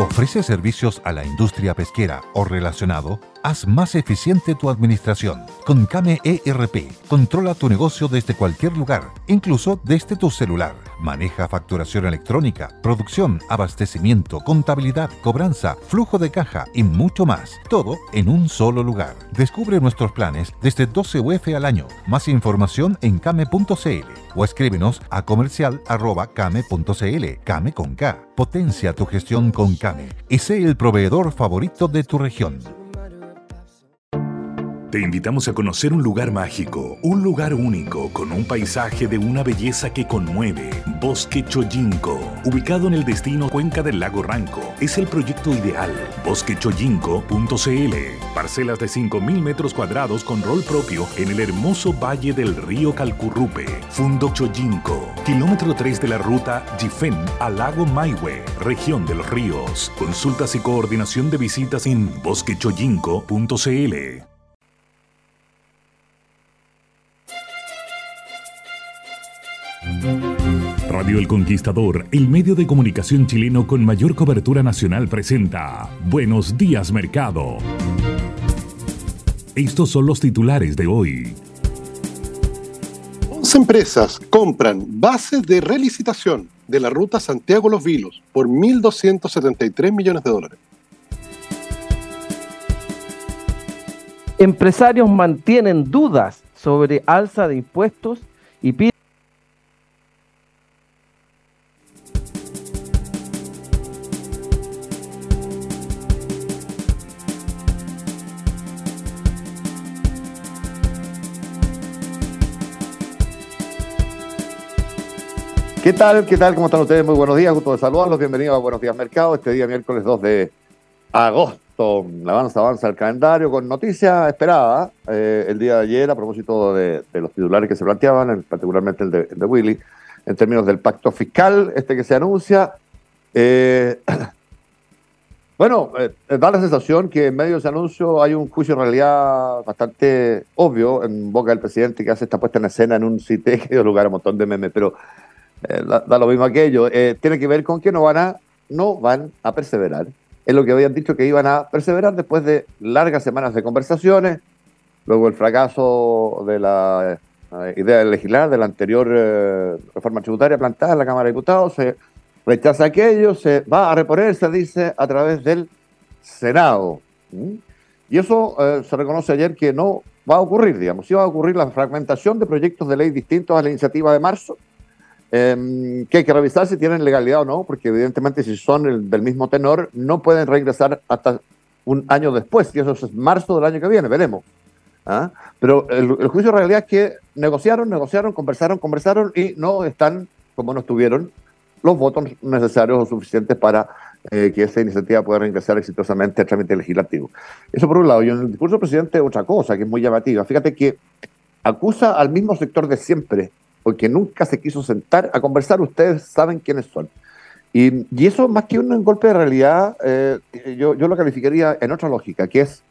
¿Ofrece servicios a la industria pesquera o relacionado? Haz más eficiente tu administración. Con Kame ERP, controla tu negocio desde cualquier lugar, incluso desde tu celular. Maneja facturación electrónica, producción, abastecimiento, contabilidad, cobranza, flujo de caja y mucho más. Todo en un solo lugar. Descubre nuestros planes desde 12 UF al año. Más información en kame.cl o escríbenos a comercial@kame.cl. Kame con K. Potencia tu gestión con Kame y sé el proveedor favorito de tu región. Te invitamos a conocer un lugar mágico, un lugar único, con un paisaje de una belleza que conmueve. Bosque Chojinco, ubicado en el destino Cuenca del Lago Ranco, es el proyecto ideal. Bosquechojinco.cl. Parcelas de 5.000 metros cuadrados con rol propio en el hermoso valle del río Calcurrupe. Fundo Chojinco, kilómetro 3 de la ruta Jifén al lago Maihue, región de los ríos. Consultas y coordinación de visitas en bosquechojinco.cl. Radio El Conquistador, el medio de comunicación chileno con mayor cobertura nacional, presenta Buenos Días Mercado. Estos son los titulares de hoy. 11 empresas compran bases de relicitación de la ruta Santiago-Los Vilos por $1.273 millones. Empresarios mantienen dudas sobre alza de impuestos y piden. ¿Qué tal? ¿Cómo están ustedes? Muy buenos días, gusto de saludarlos. Bienvenidos a Buenos Días Mercado. Este día miércoles 2 de agosto. Avanza el calendario con noticia esperada el día de ayer a propósito de los titulares que se planteaban, particularmente el de Willy, en términos del pacto fiscal que se anuncia. Da la sensación que en medio de ese anuncio hay un juicio de realidad bastante obvio en boca del presidente, que hace esta puesta en escena en un sitio que dio lugar a un montón de memes, pero da lo mismo aquello. Tiene que ver con que no van a perseverar. Es lo que habían dicho, que iban a perseverar después de largas semanas de conversaciones, luego el fracaso de la idea de legislar de la anterior reforma tributaria plantada en la Cámara de Diputados. Se rechaza aquello, se va a reponer, se dice, a través del Senado. Y eso se reconoce ayer que no va a ocurrir, digamos. Sí va a ocurrir la fragmentación de proyectos de ley distintos a la iniciativa de marzo, que hay que revisar si tienen legalidad o no, porque evidentemente si son del mismo tenor no pueden reingresar hasta un año después, y eso es marzo del año que viene, veremos. Pero el juicio de realidad es que negociaron, conversaron y no están, como no estuvieron, los votos necesarios o suficientes para que esa iniciativa pueda reingresar exitosamente al trámite legislativo. Eso por un lado. Y en el discurso del presidente otra cosa que es muy llamativa. Fíjate que acusa al mismo sector de siempre, porque nunca se quiso sentar a conversar. Ustedes saben quiénes son. Y eso, más que un golpe de realidad, yo lo calificaría en otra lógica, que es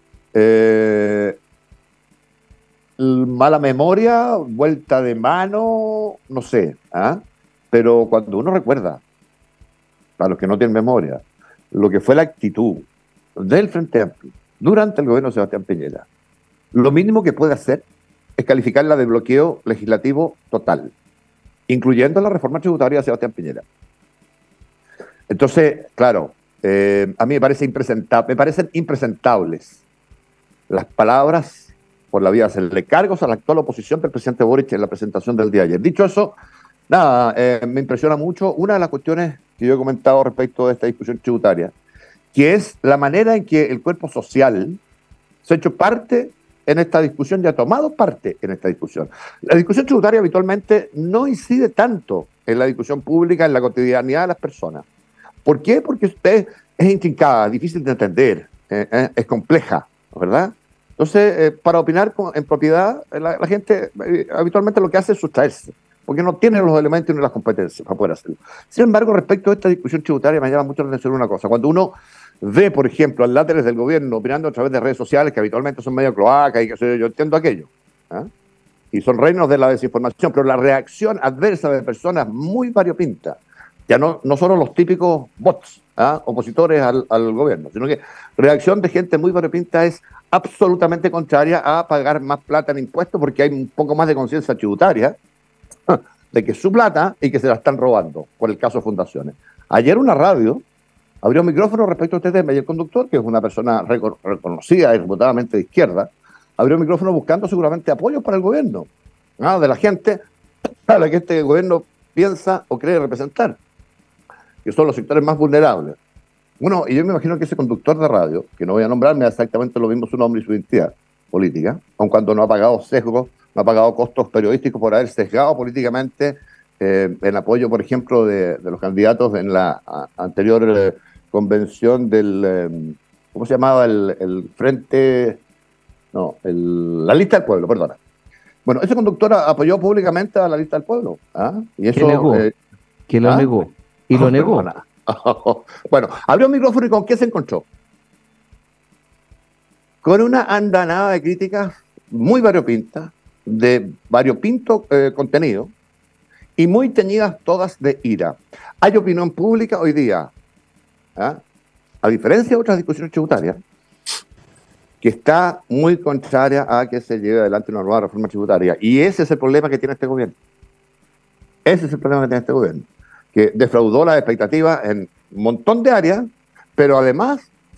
mala memoria, vuelta de mano, no sé. Pero cuando uno recuerda, para los que no tienen memoria, lo que fue la actitud del Frente Amplio durante el gobierno de Sebastián Piñera, lo mínimo que puede hacer es calificarla de bloqueo legislativo total, incluyendo la reforma tributaria de Sebastián Piñera. Entonces, claro, a mí me parecen impresentables las palabras por la vía de hacerle cargos a la actual oposición del presidente Boric en la presentación del día de ayer. Dicho eso, me impresiona mucho una de las cuestiones que yo he comentado respecto de esta discusión tributaria, que es la manera en que el cuerpo social se ha hecho parte en esta discusión y ha tomado parte en esta discusión. La discusión tributaria habitualmente no incide tanto en la discusión pública, en la cotidianidad de las personas. ¿Por qué? Porque usted es intrincada, difícil de entender, es compleja, ¿verdad? Entonces, para opinar en propiedad, la gente habitualmente lo que hace es sustraerse, porque no tiene los elementos ni las competencias para poder hacerlo. Sin embargo, respecto a esta discusión tributaria, me llama mucho la atención una cosa. Cuando uno ve, por ejemplo, al láteres del gobierno opinando a través de redes sociales, que habitualmente son medio cloaca y que yo entiendo aquello, y son reinos de la desinformación, pero la reacción adversa de personas muy variopintas, ya no solo los típicos bots, opositores al gobierno, sino que reacción de gente muy variopinta es absolutamente contraria a pagar más plata en impuestos porque hay un poco más de conciencia tributaria de que es su plata y que se la están robando, por el caso de fundaciones. Ayer una radio abrió micrófono respecto a este tema y el conductor, que es una persona reconocida y reputadamente de izquierda, abrió micrófono buscando seguramente apoyo para el gobierno, de la gente a la que este gobierno piensa o cree representar, que son los sectores más vulnerables. Bueno, y yo me imagino que ese conductor de radio, que no voy a nombrar, me da exactamente lo mismo su nombre y su identidad política, aun cuando no ha pagado sesgos, no ha pagado costos periodísticos por haber sesgado políticamente en apoyo, por ejemplo, de los candidatos en la anterior convención del, ¿cómo se llamaba? El Frente, no, la Lista del Pueblo, perdona. Bueno, ese conductor apoyó públicamente a la Lista del Pueblo. Y eso, que lo negó. Y lo negó. Bueno, abrió el micrófono y ¿con qué se encontró? Con una andanada de críticas muy variopintas, de variopinto contenido, y muy teñidas todas de ira. Hay opinión pública hoy día, a diferencia de otras discusiones tributarias, que está muy contraria a que se lleve adelante una nueva reforma tributaria. Y ese es el problema que tiene este gobierno. Ese es el problema que tiene este gobierno, que defraudó las expectativas en un montón de áreas, pero además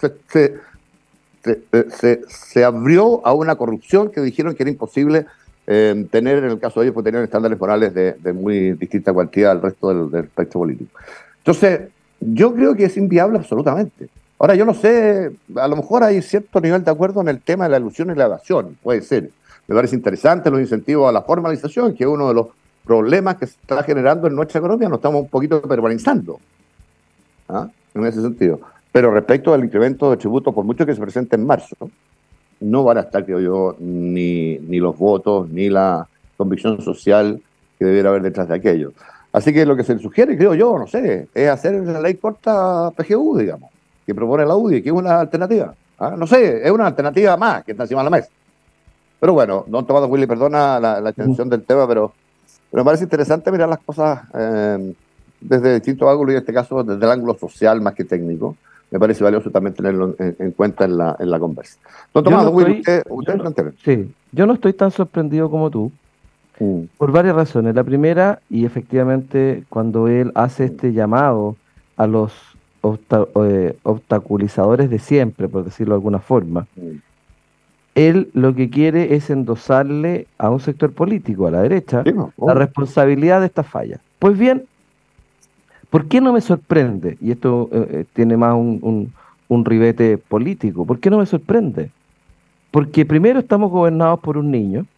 se abrió a una corrupción que dijeron que era imposible tener, en el caso de ellos, pues tener estándares morales de muy distinta cuantía al resto del espectro político. Entonces, yo creo que es inviable absolutamente. Ahora, yo no sé, a lo mejor hay cierto nivel de acuerdo en el tema de la ilusión y la evasión, puede ser. Me parece interesante los incentivos a la formalización, que es uno de los problemas que se está generando en nuestra economía, nos estamos un poquito permanizando, en ese sentido. Pero respecto al incremento de tributos, por mucho que se presente en marzo, no van a estar, creo yo, ni los votos, ni la convicción social que debiera haber detrás de aquello. Así que lo que se sugiere, creo yo, no sé, es hacer la ley corta PGU, digamos, que propone la UDI, que es una alternativa. No sé, es una alternativa más que está encima de la mesa. Pero bueno, don Tomás Willy, perdona la extensión del tema, pero me parece interesante mirar las cosas desde distintos ángulos, y en este caso desde el ángulo social más que técnico. Me parece valioso también tenerlo en cuenta en la conversa. Don Tomás Willy, yo no estoy tan sorprendido como tú, por varias razones. La primera, y efectivamente cuando él hace este llamado a los obstaculizadores de siempre, por decirlo de alguna forma, él lo que quiere es endosarle a un sector político, a la derecha, la responsabilidad de esta falla. Pues bien, ¿por qué no me sorprende? Y esto tiene más un ribete político. ¿Por qué no me sorprende? Porque primero estamos gobernados por un niño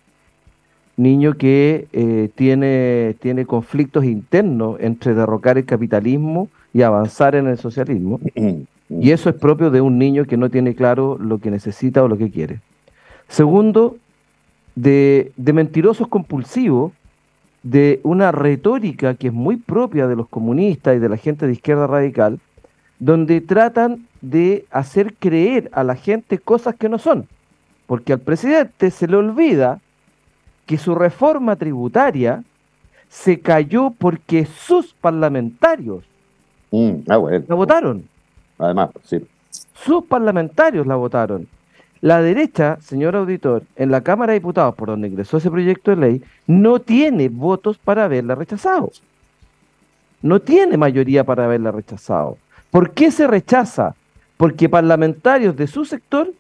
que tiene conflictos internos entre derrocar el capitalismo y avanzar en el socialismo, y eso es propio de un niño que no tiene claro lo que necesita o lo que quiere. Segundo, de mentirosos compulsivos, de una retórica que es muy propia de los comunistas y de la gente de izquierda radical, donde tratan de hacer creer a la gente cosas que no son, porque al presidente se le olvida que su reforma tributaria se cayó porque sus parlamentarios la votaron. Además, sí. Sus parlamentarios la votaron. La derecha, señor auditor, en la Cámara de Diputados, por donde ingresó ese proyecto de ley, no tiene votos para haberla rechazado. No tiene mayoría para haberla rechazado. ¿Por qué se rechaza? Porque parlamentarios de su sector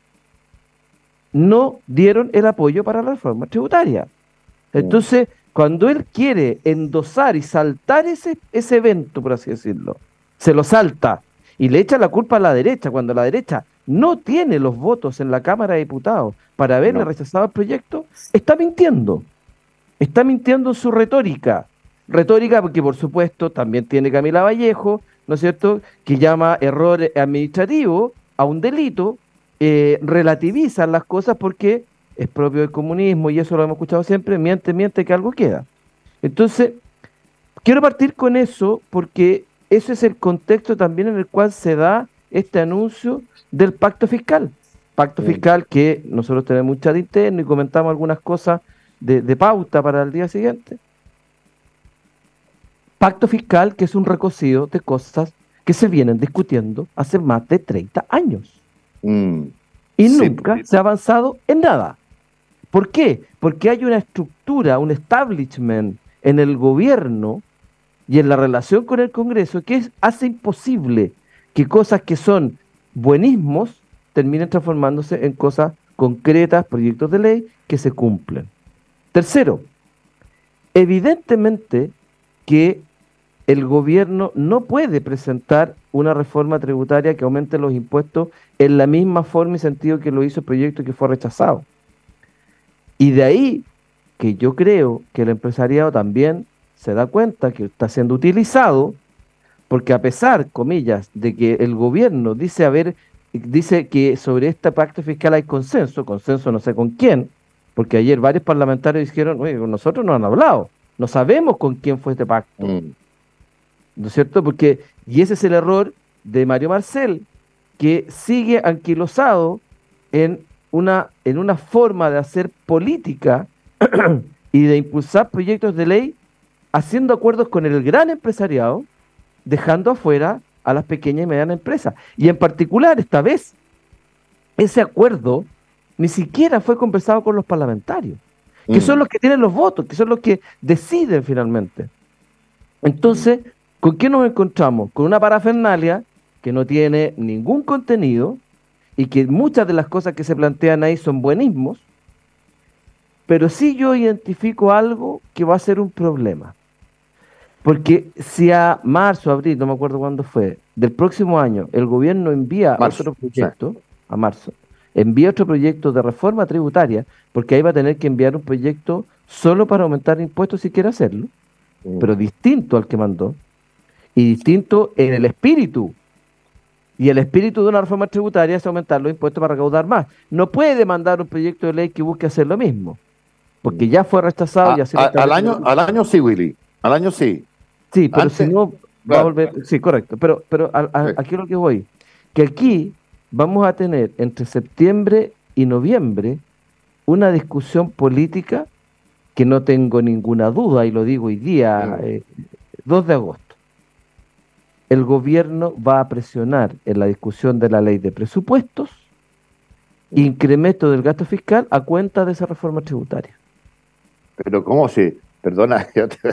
no dieron el apoyo para la reforma tributaria. Entonces, cuando él quiere endosar y saltar ese evento, por así decirlo, se lo salta y le echa la culpa a la derecha, cuando la derecha no tiene los votos en la Cámara de Diputados para haberle rechazado el proyecto, está mintiendo. Está mintiendo en su retórica. Retórica porque, por supuesto, también tiene Camila Vallejo, ¿no es cierto?, que llama error administrativo a un delito, relativizan las cosas porque es propio del comunismo, y eso lo hemos escuchado siempre, miente que algo queda. Entonces, quiero partir con eso porque ese es el contexto también en el cual se da este anuncio del pacto fiscal. Pacto fiscal que nosotros tenemos un chat interno y comentamos algunas cosas de pauta para el día siguiente. Pacto fiscal que es un recocido de cosas que se vienen discutiendo hace más de 30 años. Mm. Y Sí, nunca se ha avanzado en nada. ¿Por qué? Porque hay una estructura, un establishment en el gobierno y en la relación con el Congreso que hace imposible que cosas que son buenismos terminen transformándose en cosas concretas, proyectos de ley que se cumplen. Tercero, evidentemente que el gobierno no puede presentar una reforma tributaria que aumente los impuestos en la misma forma y sentido que lo hizo el proyecto que fue rechazado. Y de ahí que yo creo que el empresariado también se da cuenta que está siendo utilizado, porque a pesar, comillas, de que el gobierno dice que sobre este pacto fiscal hay consenso no sé con quién, porque ayer varios parlamentarios dijeron, oye, con nosotros no han hablado, no sabemos con quién fue este pacto. ¿No es cierto? Y ese es el error de Mario Marcel, que sigue anquilosado en una forma de hacer política y de impulsar proyectos de ley, haciendo acuerdos con el gran empresariado, dejando afuera a las pequeñas y medianas empresas. Y en particular, esta vez, ese acuerdo ni siquiera fue conversado con los parlamentarios, que son los que tienen los votos, que son los que deciden finalmente. Entonces, ¿con qué nos encontramos? Con una parafernalia que no tiene ningún contenido y que muchas de las cosas que se plantean ahí son buenismos, pero sí yo identifico algo que va a ser un problema. Porque si a marzo, abril, no me acuerdo cuándo fue, del próximo año, el gobierno envía otro proyecto, a marzo, envía otro proyecto de reforma tributaria, porque ahí va a tener que enviar un proyecto solo para aumentar impuestos si quiere hacerlo, pero distinto al que mandó, y distinto en el espíritu. Y el espíritu de una reforma tributaria es aumentar los impuestos para recaudar más. No puede mandar un proyecto de ley que busque hacer lo mismo, porque ya fue rechazado. Y así al año sí, Willy, al año sí. Sí, pero Antes, si no, va a volver. Sí, correcto. Pero Sí. aquí es lo que voy. Que aquí vamos a tener entre septiembre y noviembre una discusión política que no tengo ninguna duda, y lo digo hoy día, 2 de agosto. El gobierno va a presionar en la discusión de la ley de presupuestos incremento del gasto fiscal a cuenta de esa reforma tributaria. Pero ¿cómo si? Perdona,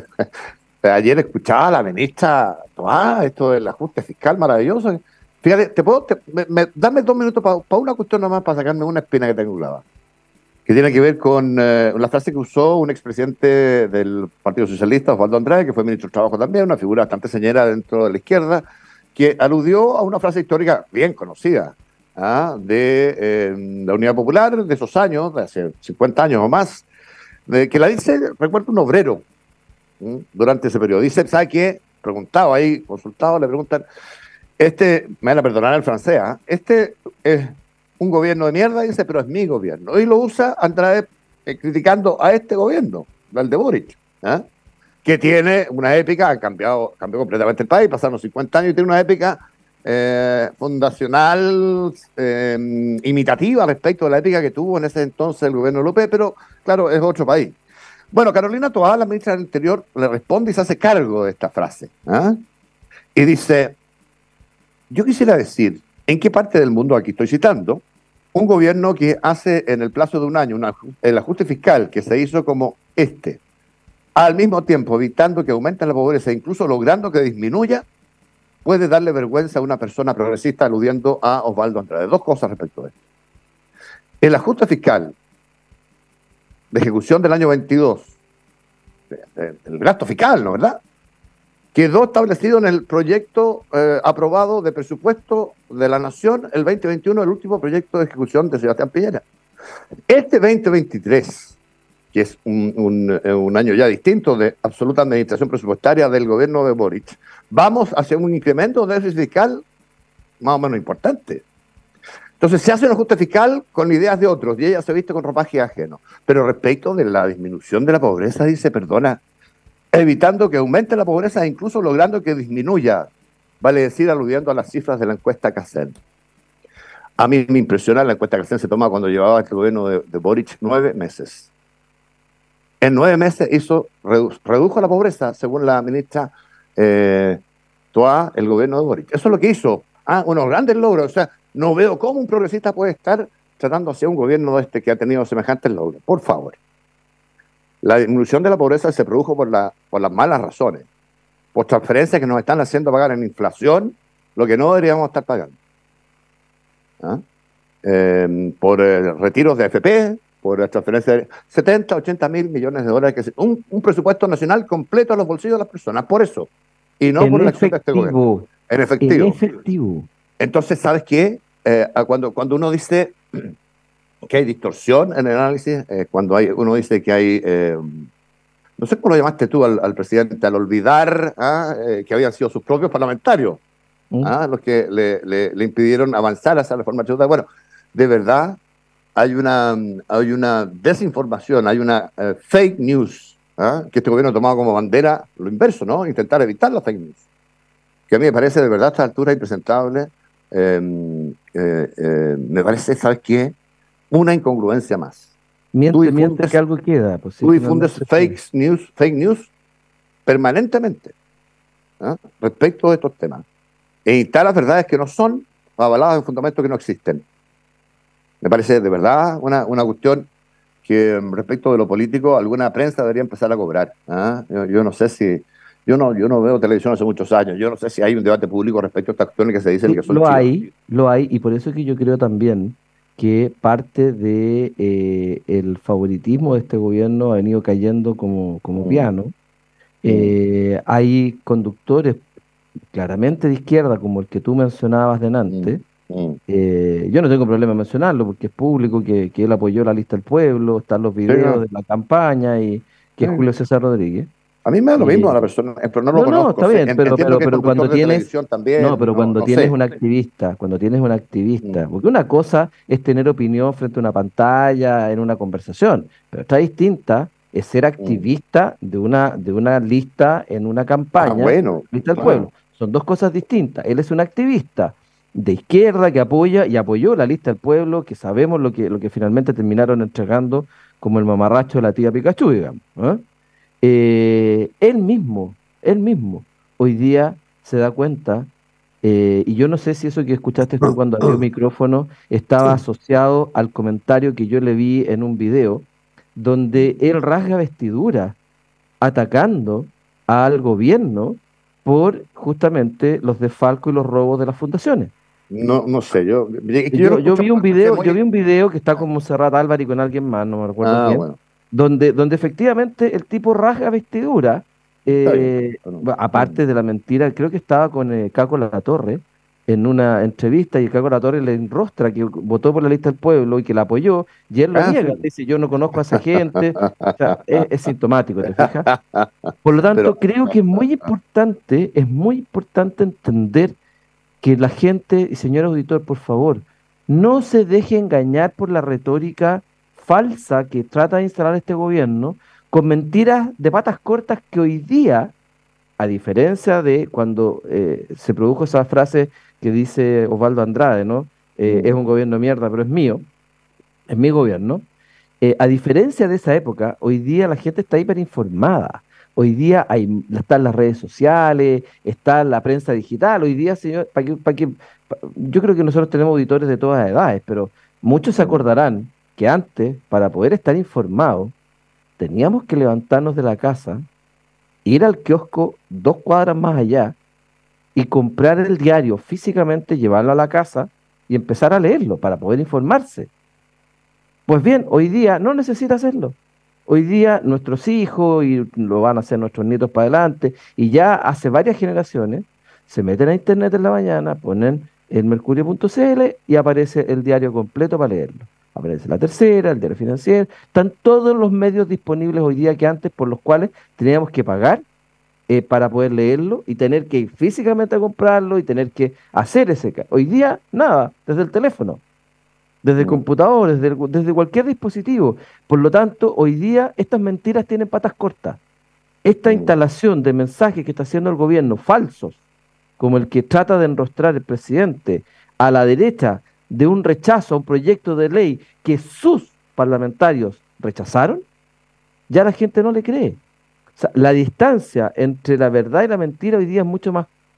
ayer escuchaba a la ministra Toá, esto del ajuste fiscal maravilloso. Fíjate, dame 2 minutos para una cuestión nomás, para sacarme una espina que tengo clavada, que tiene que ver con la frase que usó un expresidente del Partido Socialista, Osvaldo Andrade, que fue ministro de Trabajo también, una figura bastante señera dentro de la izquierda, que aludió a una frase histórica bien conocida de la Unidad Popular de esos años, de hace 50 años o más, que la dice, recuerdo, un obrero durante ese periodo. Dice, ¿sabe qué? Preguntado ahí, consultado, le preguntan, me van a perdonar el francés, este es un gobierno de mierda, dice, pero es mi gobierno. Y lo usa Andrade criticando a este gobierno, al de Boric, que tiene una épica, cambió completamente el país, pasaron 50 años y tiene una épica fundacional, imitativa respecto a la épica que tuvo en ese entonces el gobierno de López, pero claro, es otro país. Bueno, Carolina Toá, la ministra del Interior, le responde y se hace cargo de esta frase. Y dice, yo quisiera decir, ¿en qué parte del mundo, aquí estoy citando, un gobierno que hace en el plazo de un año el ajuste fiscal que se hizo como al mismo tiempo evitando que aumente la pobreza e incluso logrando que disminuya, puede darle vergüenza a una persona progresista, aludiendo a Osvaldo Andrade? 2 cosas respecto a esto. El ajuste fiscal de ejecución del año 22, el gasto fiscal, ¿no verdad?, quedó establecido en el proyecto aprobado de presupuesto de la Nación el 2021, el último proyecto de ejecución de Sebastián Piñera. Este 2023, que es un año ya distinto de absoluta administración presupuestaria del gobierno de Boric, vamos hacia un incremento de déficit fiscal más o menos importante. Entonces se hace un ajuste fiscal con ideas de otros y ella se viste con ropaje ajeno. Pero respecto de la disminución de la pobreza, dice, perdona, evitando que aumente la pobreza e incluso logrando que disminuya, vale decir, aludiendo a las cifras de la encuesta CACEN. A mí me impresiona, la encuesta CACEN se toma cuando llevaba este gobierno de Boric 9 meses. En 9 meses redujo la pobreza, según la ministra respecto a el gobierno de Boric. Eso es lo que hizo, unos grandes logros. O sea, no veo cómo un progresista puede estar tratando hacia un gobierno que ha tenido semejantes logros. Por favor. La disminución de la pobreza se produjo por las malas razones, por transferencias que nos están haciendo pagar en inflación lo que no deberíamos estar pagando. Por retiros de AFP, por transferencias de 70, 80 mil millones de dólares, que es un presupuesto nacional completo a los bolsillos de las personas, por eso, y no por la acción de este gobierno. En efectivo. En efectivo. Entonces, ¿sabes qué? Cuando uno dice que hay distorsión en el análisis, cuando uno dice que hay, no sé cómo lo llamaste tú al presidente, al olvidar que habían sido sus propios parlamentarios los que le impidieron avanzar hacia la reforma tributaria. Bueno, de verdad hay una desinformación, hay una fake news, que este gobierno ha tomado como bandera lo inverso, ¿no? Intentar evitar las fake news, que a mí me parece de verdad a esta altura impresentable. Me parece, ¿sabes qué? Una incongruencia más. Miente que algo queda. Pues, tú difundes fake news permanentemente respecto de estos temas. E instalas verdades que no son avaladas en fundamentos que no existen. Me parece de verdad una cuestión que respecto de lo político alguna prensa debería empezar a cobrar. Yo no sé si... Yo no veo televisión hace muchos años. Yo no sé si hay un debate público respecto a estas cuestiones que se dicen que son lo hay, y por eso es que yo creo también que parte de el favoritismo de este gobierno ha venido cayendo como piano. Hay conductores claramente de izquierda, como el que tú mencionabas delante. Yo no tengo problema en mencionarlo, porque es público que él apoyó la lista del pueblo, están los videos de la campaña, y que es Julio César Rodríguez. A mí me da lo mismo a la persona, pero no lo conozco. No, está bien, pero cuando tienes también, cuando tienes un activista, porque una cosa es tener opinión frente a una pantalla, en una conversación, pero otra distinta es ser activista de una lista en una campaña, lista del pueblo. Son dos cosas distintas. Él es un activista de izquierda que apoyó la lista del pueblo, que sabemos lo que finalmente terminaron entregando como el mamarracho de la tía Pikachu, digamos. Él mismo, hoy día se da cuenta, y yo no sé si eso que escuchaste tú cuando abrió el micrófono estaba asociado al comentario que yo le vi en un video, donde él rasga vestidura atacando al gobierno por justamente los desfalcos y los robos de las fundaciones. No sé, yo vi un video que está con Monserrat Álvarez y con alguien más, no me recuerdo quién. Bueno. Donde efectivamente el tipo rasga vestidura, aparte de la mentira, creo que estaba con Caco Latorre en una entrevista, y Caco Latorre le enrostra que votó por la lista del pueblo y que la apoyó, y él lo niega, dice: yo no conozco a esa gente. O sea, es sintomático, ¿te fijas? Por lo tanto, creo que es muy importante entender que la gente, y señor auditor, por favor, no se deje engañar por la retórica falsa que trata de instalar este gobierno, con mentiras de patas cortas que hoy día, a diferencia de cuando se produjo esa frase que dice Osvaldo Andrade, ¿no? Es un gobierno de mierda, pero es mío, es mi gobierno. A diferencia de esa época, hoy día la gente está hiperinformada. Hoy día están las redes sociales, está la prensa digital. Hoy día, señor, yo creo que nosotros tenemos auditores de todas edades, pero muchos se acordarán que antes, para poder estar informados, teníamos que levantarnos de la casa, ir al kiosco 2 cuadras más allá y comprar el diario físicamente, llevarlo a la casa y empezar a leerlo para poder informarse. Pues bien, hoy día no necesita hacerlo. Hoy día nuestros hijos, y lo van a hacer nuestros nietos para adelante, y ya hace varias generaciones, se meten a internet en la mañana, ponen el mercurio.cl y aparece el diario completo para leerlo. Aparece La Tercera, el Diario Financiero, están todos los medios disponibles hoy día que antes, por los cuales teníamos que pagar para poder leerlo, y tener que ir físicamente a comprarlo y tener que hacer hoy día, nada, desde el teléfono, desde el computador, desde cualquier dispositivo. Por lo tanto, hoy día estas mentiras tienen patas cortas. Esta instalación de mensajes que está haciendo el gobierno, falsos, como el que trata de enrostrar el presidente a la derecha, de un rechazo a un proyecto de ley que sus parlamentarios rechazaron, ya la gente no le cree. O sea, la distancia entre la verdad y la mentira hoy día es mucho más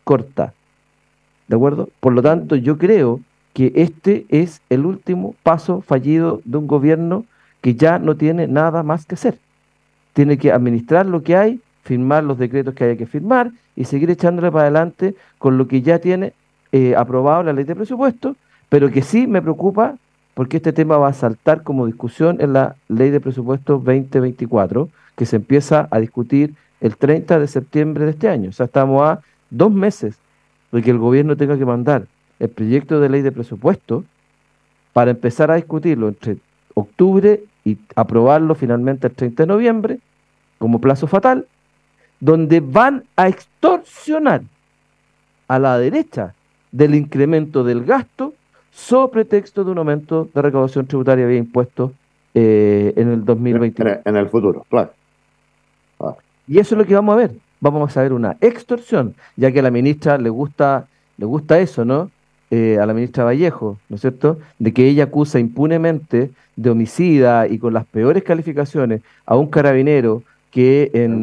corta. ¿De acuerdo? Por lo tanto, yo creo que este es el último paso fallido de un gobierno que ya no tiene nada más que hacer. Tiene que administrar lo que hay, firmar los decretos que haya que firmar y seguir echándole para adelante con lo que ya tiene aprobado la ley de presupuesto, pero que sí me preocupa porque este tema va a saltar como discusión en la ley de presupuesto 2024, que se empieza a discutir el 30 de septiembre de este año. O sea, estamos a 2 meses de que el gobierno tenga que mandar el proyecto de ley de presupuesto para empezar a discutirlo entre octubre y aprobarlo finalmente el 30 de noviembre, como plazo fatal, donde van a extorsionar a la derecha del incremento del gasto sobre pretexto de un aumento de recaudación tributaria vía impuestos en el 2021. En el futuro, claro. Y eso es lo que vamos a ver. Vamos a ver una extorsión, ya que a la ministra le gusta eso, ¿no? A la ministra Vallejo, ¿no es cierto?, de que ella acusa impunemente de homicida y con las peores calificaciones a un carabinero que en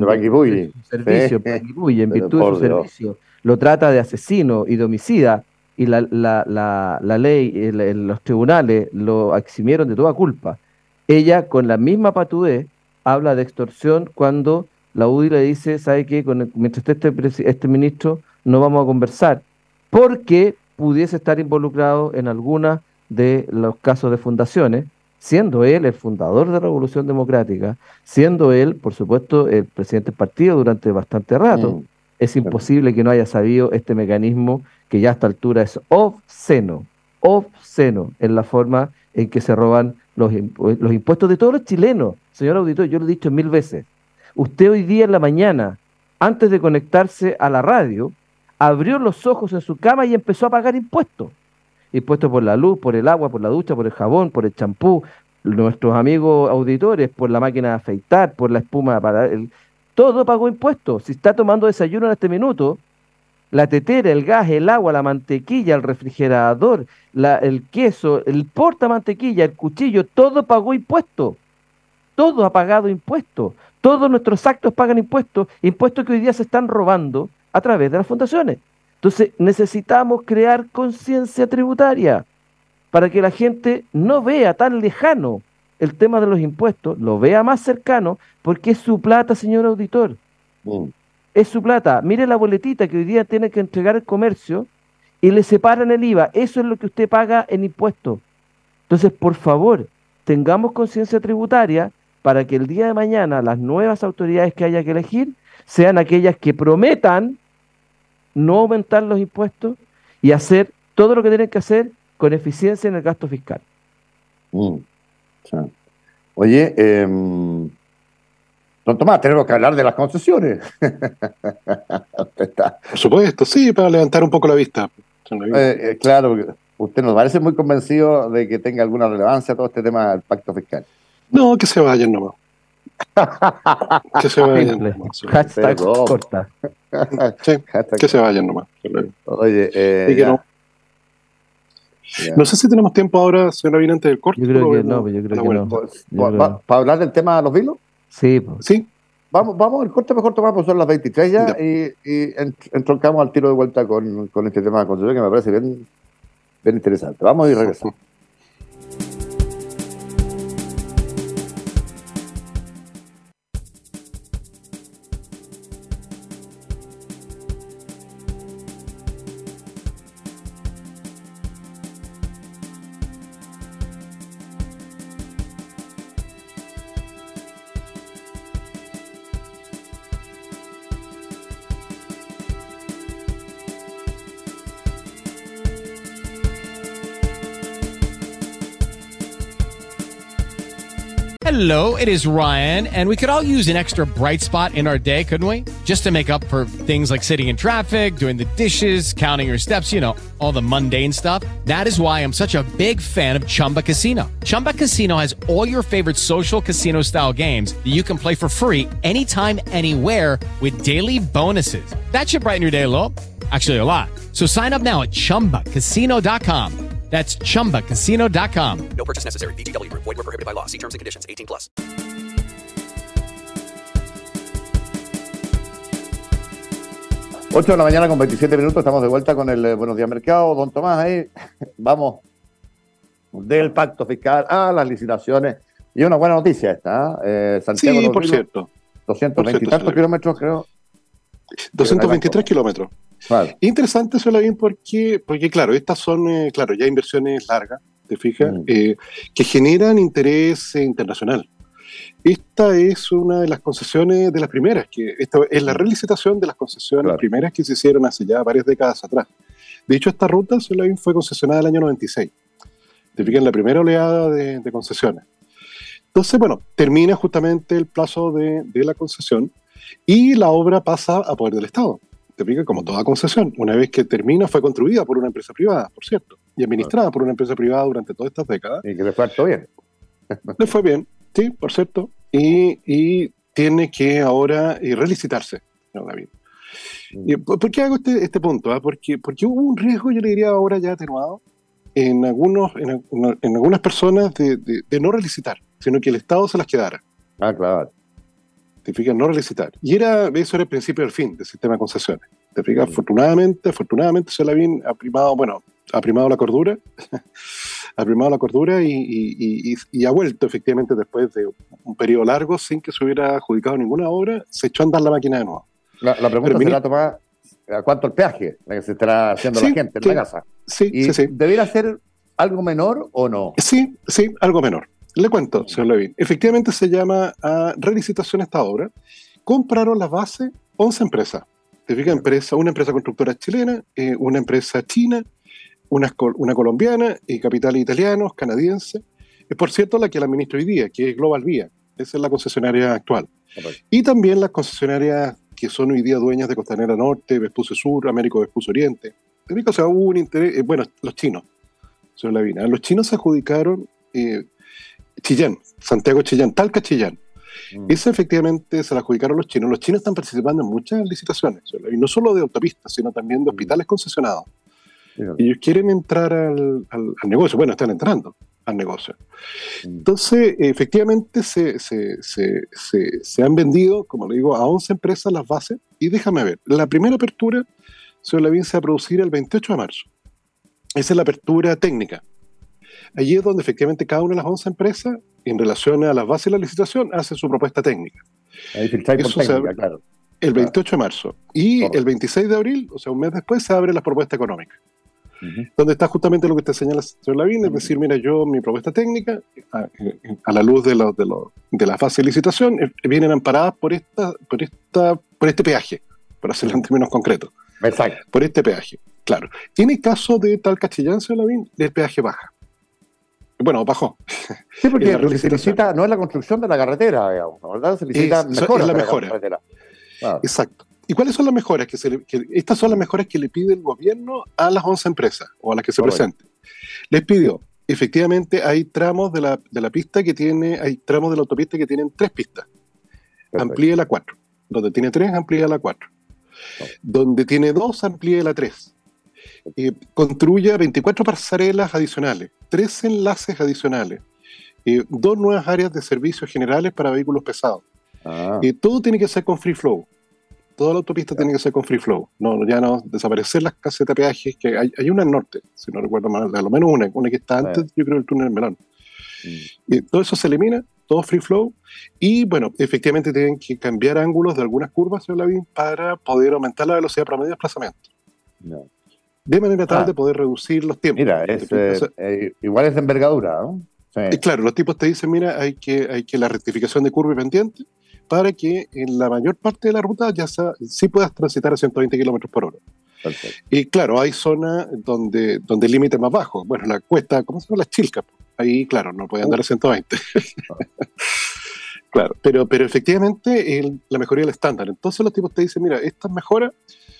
virtud de su servicio lo trata de asesino y de homicida, y la ley, los tribunales lo eximieron de toda culpa. Ella, con la misma patudez, habla de extorsión cuando la UDI le dice, ¿sabe qué? Mientras esté este ministro, no vamos a conversar, porque pudiese estar involucrado en alguna de los casos de fundaciones, siendo él el fundador de la Revolución Democrática, siendo él, por supuesto, el presidente del partido durante bastante rato. Es imposible que no haya sabido este mecanismo que ya a esta altura es obsceno en la forma en que se roban los impuestos de todos los chilenos. Señor auditor, yo lo he dicho 1000 veces. Usted hoy día en la mañana, antes de conectarse a la radio, abrió los ojos en su cama y empezó a pagar impuestos. Impuestos por la luz, por el agua, por la ducha, por el jabón, por el champú, nuestros amigos auditores, por la máquina de afeitar, por la espuma para todo pagó impuestos. Si está tomando desayuno en este minuto, la tetera, el gas, el agua, la mantequilla, el refrigerador, el queso, el portamantequilla, el cuchillo, todo pagó impuestos. Todo ha pagado impuestos. Todos nuestros actos pagan impuestos, impuestos que hoy día se están robando a través de las fundaciones. Entonces necesitamos crear conciencia tributaria para que la gente no vea tan lejano el tema de los impuestos, lo vea más cercano, porque es su plata, señor auditor. Es su plata. Mire la boletita que hoy día tiene que entregar el comercio y le separan el IVA. Eso es lo que usted paga en impuestos. Entonces, por favor, tengamos conciencia tributaria para que el día de mañana las nuevas autoridades que haya que elegir sean aquellas que prometan no aumentar los impuestos y hacer todo lo que tienen que hacer con eficiencia en el gasto fiscal. Oye, don Tomás, tenemos que hablar de las concesiones. Por supuesto, sí, para levantar un poco la vista. Claro, porque usted nos parece muy convencido de que tenga alguna relevancia todo este tema del pacto fiscal. No, que se vayan nomás. Que se vayan nomás. Hashtag corta. Sí, que se vayan nomás. Oye, no sé si tenemos tiempo ahora, señora Vina, antes del corte. Yo creo que no. ¿Para hablar del tema de los vilos? Sí. Sí. Vamos al corte mejor, Tomás, pues son las 23 ya, y entroncamos al tiro de vuelta con este tema de concesión que me parece bien interesante. Vamos y regresamos. Hello, it is Ryan, and we could all use an extra bright spot in our day, couldn't we? Just to make up for things like sitting in traffic, doing the dishes, counting your steps, you know, all the mundane stuff. That is why I'm such a big fan of Chumba Casino. Chumba Casino has all your favorite social casino-style games that you can play for free anytime, anywhere with daily bonuses. That should brighten your day a little. Actually, a lot. So sign up now at ChumbaCasino.com. That's ChumbaCasino.com. No purchase necessary. VGW Group. Void where prohibited by law. See terms and conditions. 18+. 8 de la mañana con 27 minutos, estamos de vuelta con el Buenos Días Mercado. Don Tomás, ahí vamos del pacto fiscal a las licitaciones. Y una buena noticia esta, Santiago. Sí, por cierto. 220 y tantos kilómetros, creo. 223 kilómetros. Vale. Interesante, Solavín, porque claro, estas son ya inversiones largas, ¿te fijas? Que generan interés internacional. Esta es una de las concesiones de las primeras, esta es la relicitación de las concesiones primeras que se hicieron hace ya varias décadas atrás. De hecho, esta ruta, Solavín, fue concesionada el año 96. Te fijas, la primera oleada de concesiones. Entonces, bueno, termina justamente el plazo de la concesión y la obra pasa a poder del Estado. Te fijas, como toda concesión. Una vez que termina, fue construida por una empresa privada, por cierto, y administrada por una empresa privada durante todas estas décadas. Y que le fue todo bien. Le fue bien, sí, por cierto. Y tiene que ahora relicitarse, ¿no, David? ¿Por qué hago este punto? Porque hubo un riesgo, yo le diría ahora ya atenuado, en algunas personas de no relicitar, sino que el Estado se las quedara. Ah, claro. Te fijas, no relicitar. Y eso era el principio del fin del sistema de concesiones. Te fijas, afortunadamente Solavín ha primado la cordura, ha primado la cordura y ha vuelto efectivamente después de un periodo largo sin que se hubiera adjudicado ninguna obra, se echó a andar la máquina de nuevo. La pregunta será, Tomás, ¿cuánto el peaje la que se estará haciendo la gente en la casa? Sí. ¿Debería ser algo menor o no? Sí, algo menor. Le cuento, señor Levin. Efectivamente se llama a relicitación esta obra. Compraron las bases 11 empresas. Te fijas, una empresa constructora chilena, una empresa china, una colombiana, capitales italianos, canadienses. Es por cierto la que la administra hoy día, que es Global Vía. Esa es la concesionaria actual. Okay. Y también las concesionarias que son hoy día dueñas de Costanera Norte, Vespucio Sur, Américo Vespucio Oriente. Te fijas, o sea, hubo un interés. Los chinos, señor Levin. Los chinos se adjudicaron Chillán, Santiago Chillán, Talca Chillán. Esa efectivamente se la adjudicaron los chinos. Los chinos están participando en muchas licitaciones, y no solo de autopistas, sino también de hospitales concesionados. Ellos quieren entrar al negocio. Bueno, están entrando al negocio. Entonces, efectivamente, se han vendido, como le digo, a 11 empresas las bases. Y déjame ver, la primera apertura, señor Levin, se va a producir el 28 de marzo. Esa es la apertura técnica. Allí es donde efectivamente cada una de las 11 empresas, en relación a las bases de la licitación, hace su propuesta técnica. Ahí filtráis por técnica, claro. El 28 de marzo. Y el 26 de abril, o sea, un mes después, se abre la propuesta económica. Donde está justamente lo que usted señala, señor Lavín, es decir, mira, mi propuesta técnica, a la luz de las bases de licitación, vienen amparadas por este peaje, por hacerlo en términos concretos. Exacto. Por este peaje, claro. En el caso de Talca Chillán, señor Lavín, el peaje baja. Bueno, bajó. Sí, porque lo que se licita no es la construcción de la carretera, digamos, ¿verdad? Se licita mejoras de la carretera. Claro. Exacto. ¿Y cuáles son las mejoras? Estas son las mejoras que le pide el gobierno a las 11 empresas, o a las que se presenten. Les pidió, efectivamente, hay tramos de la pista hay tramos de la autopista que tienen 3 pistas. Amplíe la 4. Donde tiene 3, amplíe la 4. Donde tiene 2, amplíe la 3. Construya 24 pasarelas adicionales, 3 enlaces adicionales, 2 nuevas áreas de servicios generales para vehículos pesados. Todo tiene que ser con free flow. Toda la autopista tiene que ser con free flow. Ya no desaparecer las casetas de peajes, que hay una al norte, si no recuerdo mal, a lo menos una que está antes, yo creo, del túnel Melón. Todo eso se elimina, todo free flow, y bueno, efectivamente tienen que cambiar ángulos de algunas curvas, señor Lavín, para poder aumentar la velocidad promedio de desplazamiento. De manera tal de poder reducir los tiempos. Mira, igual es de envergadura, ¿no? Sí. Claro, los tipos te dicen, mira, hay que la rectificación de curva y pendiente para que en la mayor parte de la ruta sí puedas transitar a 120 kilómetros por hora. Perfecto. Y claro, hay zonas donde el límite es más bajo. Bueno, la cuesta, ¿cómo se llama? Las Chilcas. Ahí, claro, no puede andar a 120. Claro, pero efectivamente la mejoría del estándar. Entonces los tipos te dicen, mira, estas mejoras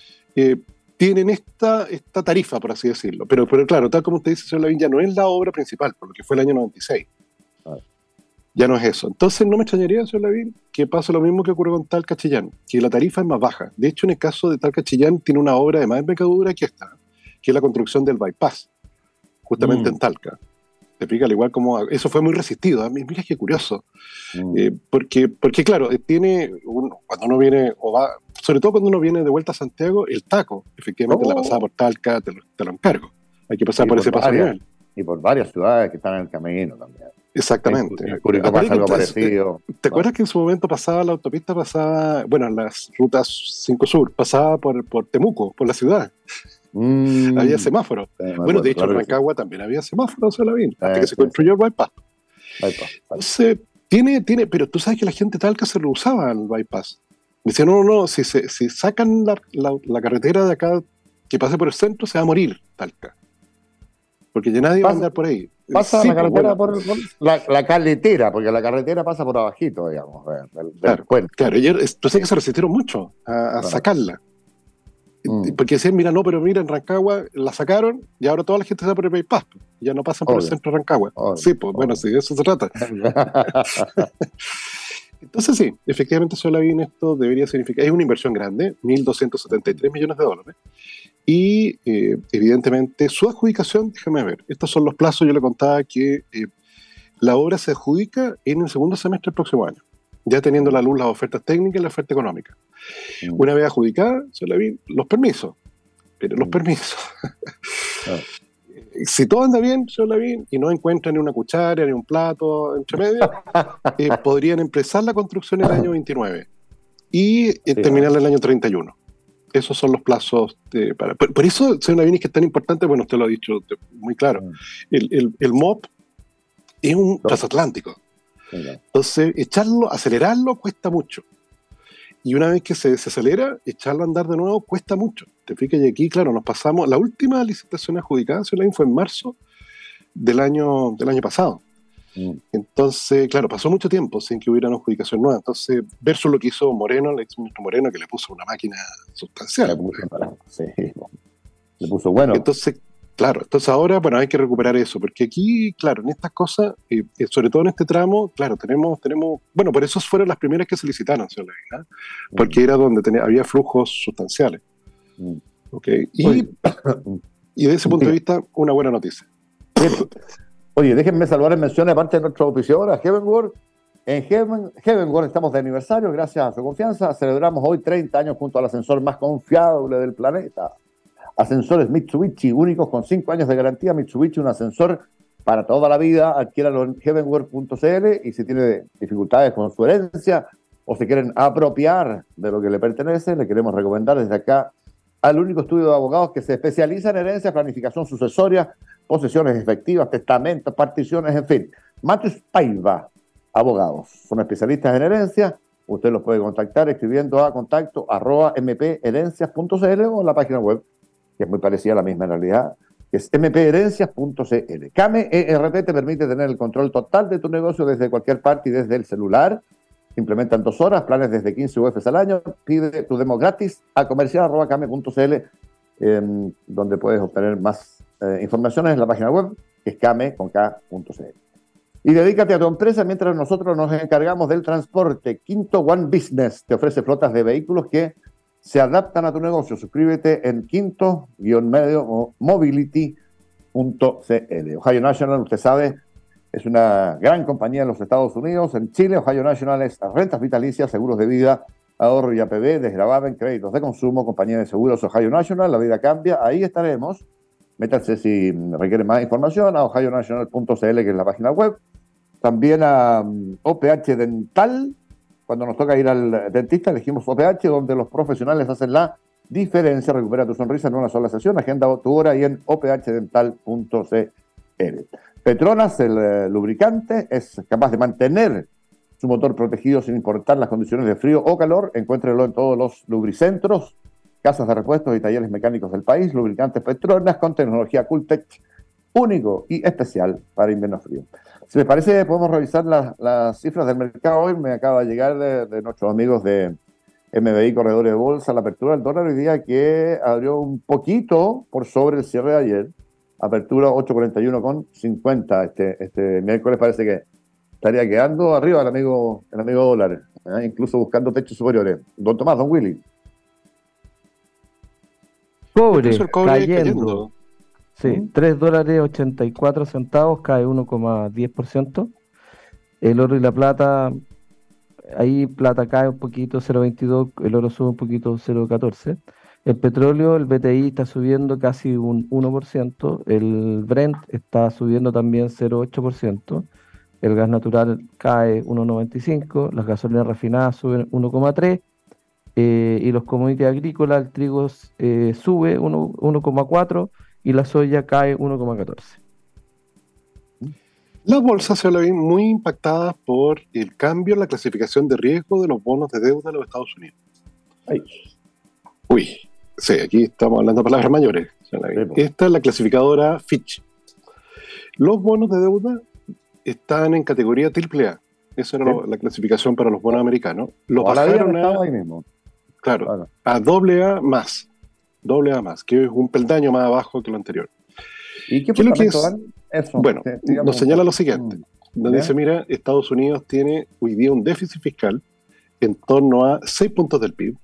tienen esta tarifa, por así decirlo. Pero claro, tal como usted dice, señor Lavín, ya no es la obra principal, por lo que fue el año 96. Ya no es eso. Entonces no me extrañaría, señor Lavín, que pase lo mismo que ocurre con Talca Chillán, que la tarifa es más baja. De hecho, en el caso de Talca Chillán, tiene una obra de más envergadura que esta, que es la construcción del bypass, justamente en Talca. Te explica, al igual como eso fue muy resistido. Mira qué curioso. Porque claro, cuando uno viene o va, sobre todo cuando uno viene de vuelta a Santiago, el taco, efectivamente la pasada por Talca, te lo encargo. Hay que pasar por ese paso a nivel. Y por varias ciudades que están en el camino también. Exactamente. En Curicó pasa algo parecido. ¿Te acuerdas que en su momento pasaba la autopista, en las rutas 5 Sur, pasaba por Temuco, por la ciudad? Había semáforos. Bueno, de hecho, en Rancagua también había semáforos, hasta que se construyó el bypass. Entonces, pero tú sabes que la gente de Talca se rehusaba al bypass. Decían, no, si sacan la carretera de acá que pase por el centro, se va a morir Talca. Porque ya nadie va a andar por ahí. Pasa la carretera por la carretera, porque la carretera pasa por abajito, digamos, del puente. Claro, tú sabes que se resistieron mucho a sacarla. Porque decían, mira, en Rancagua la sacaron y ahora toda la gente está por el bypass. Ya no pasan por el centro de Rancagua. Sí, pues bueno, sí, de eso se trata. Entonces sí, efectivamente Solavín esto debería significar, es una inversión grande, $1.273 millones. Y evidentemente su adjudicación, déjame ver, estos son los plazos, yo le contaba que la obra se adjudica en el segundo semestre del próximo año, ya teniendo a la luz las ofertas técnicas y la oferta económica. Una vez adjudicada, Solavín, los permisos, si todo anda bien, Solavín, y no encuentran ni una cuchara, ni un plato entre medio, podrían empezar la construcción el año 29 y terminar el año 31. Esos son los plazos. Por eso, Solavín, es que es tan importante, bueno, usted lo ha dicho muy claro, el MOP es un transatlántico. Entonces, acelerarlo cuesta mucho. Y una vez que se acelera, echarlo a andar de nuevo cuesta mucho. Te fijas, y aquí, claro, nos pasamos. La última licitación adjudicada fue en marzo del año pasado. Entonces, claro, pasó mucho tiempo sin que hubiera una adjudicación nueva. Entonces, versus lo que hizo Moreno, el exministro Moreno, que le puso una máquina sustancial. Le puso bueno. Entonces, claro, ahora, bueno, hay que recuperar eso, porque aquí, claro, en estas cosas, sobre todo en este tramo, claro, tenemos, bueno, por eso fueron las primeras que se licitaron, señor Levin, porque era donde había flujos sustanciales. Okay. Y de ese punto de vista, una buena noticia. Oye, déjenme saludar en mención, aparte de nuestra auspiciadora, Heavenworld. En Heavenworld estamos de aniversario, gracias a su confianza. Celebramos hoy 30 años junto al ascensor más confiable del planeta. Ascensores Mitsubishi, únicos con 5 años de garantía. Mitsubishi, un ascensor para toda la vida. Adquiéralo en heavenworld.cl, y si tiene dificultades con su herencia o se quieren apropiar de lo que le pertenece, le queremos recomendar desde acá al único estudio de abogados que se especializa en herencia, planificación sucesoria, posesiones efectivas, testamentos, particiones, en fin. Matius Paiva, abogados. Son especialistas en herencia. Usted los puede contactar escribiendo a contacto@mpherencias.cl o en la página web, que es muy parecida a la misma en realidad, que es mpherencias.cl. Came ERP te permite tener el control total de tu negocio desde cualquier parte y desde el celular. Implementan 2 horas, planes desde 15 UFs al año. Pide tu demo gratis a comercial@came.cl, donde puedes obtener más informaciones en la página web, que es came.k.cl. Y dedícate a tu empresa mientras nosotros nos encargamos del transporte. Quinto One Business te ofrece flotas de vehículos que se adaptan a tu negocio. Suscríbete en quinto-medio mobility.cl. Ohio National, usted sabe, es una gran compañía en los Estados Unidos. En Chile, Ohio National es rentas vitalicias, seguros de vida, ahorro y APB, desgravamen, créditos de consumo, compañía de seguros Ohio National. La vida cambia, ahí estaremos. Métanse si requiere más información a ohionational.cl, que es la página web. También a OPH Dental. Cuando nos toca ir al dentista, elegimos OPH, donde los profesionales hacen la diferencia. Recupera tu sonrisa en una sola sesión. Agenda tu hora y en ophdental.cl. Petronas, el lubricante, es capaz de mantener su motor protegido sin importar las condiciones de frío o calor. Encuéntrelo en todos los lubricentros, casas de repuestos y talleres mecánicos del país. Lubricantes Petronas con tecnología Cooltech, único y especial para invierno frío. Si les parece, podemos revisar las cifras del mercado hoy. Me acaba de llegar de nuestros amigos de MBI Corredores de Bolsa la apertura del dólar hoy día, que abrió un poquito por sobre el cierre de ayer. Apertura 8.41,50. Este miércoles parece que estaría quedando arriba el amigo dólar, incluso buscando techos superiores. Don Tomás, don Willy. Cobre cayendo. Sí, $3.84, cae 1,10%. El oro y la plata ahí plata cae un poquito, 0,22, el oro sube un poquito, 0,14. El petróleo, el BTI está subiendo casi un 1%, el Brent está subiendo también 0,8%, el gas natural cae 1,95%, las gasolinas refinadas suben 1,3%, y los commodities agrícolas, el trigo sube 1,4% y la soya cae 1,14%. Las bolsas se ven muy impactadas por el cambio en la clasificación de riesgo de los bonos de deuda de los Estados Unidos. Ay. Uy, sí, aquí estamos hablando de palabras mayores. Esta es la clasificadora Fitch. Los bonos de deuda están en categoría AAA. Esa era la clasificación para los bonos americanos. Los bajaron ahí mismo. Claro, a AA más, que es un peldaño más abajo que lo anterior. ¿Y qué es lo que es? Eso, bueno, nos señala lo siguiente. Nos dice, mira, Estados Unidos tiene hoy día un déficit fiscal en torno a 6 puntos del PIB.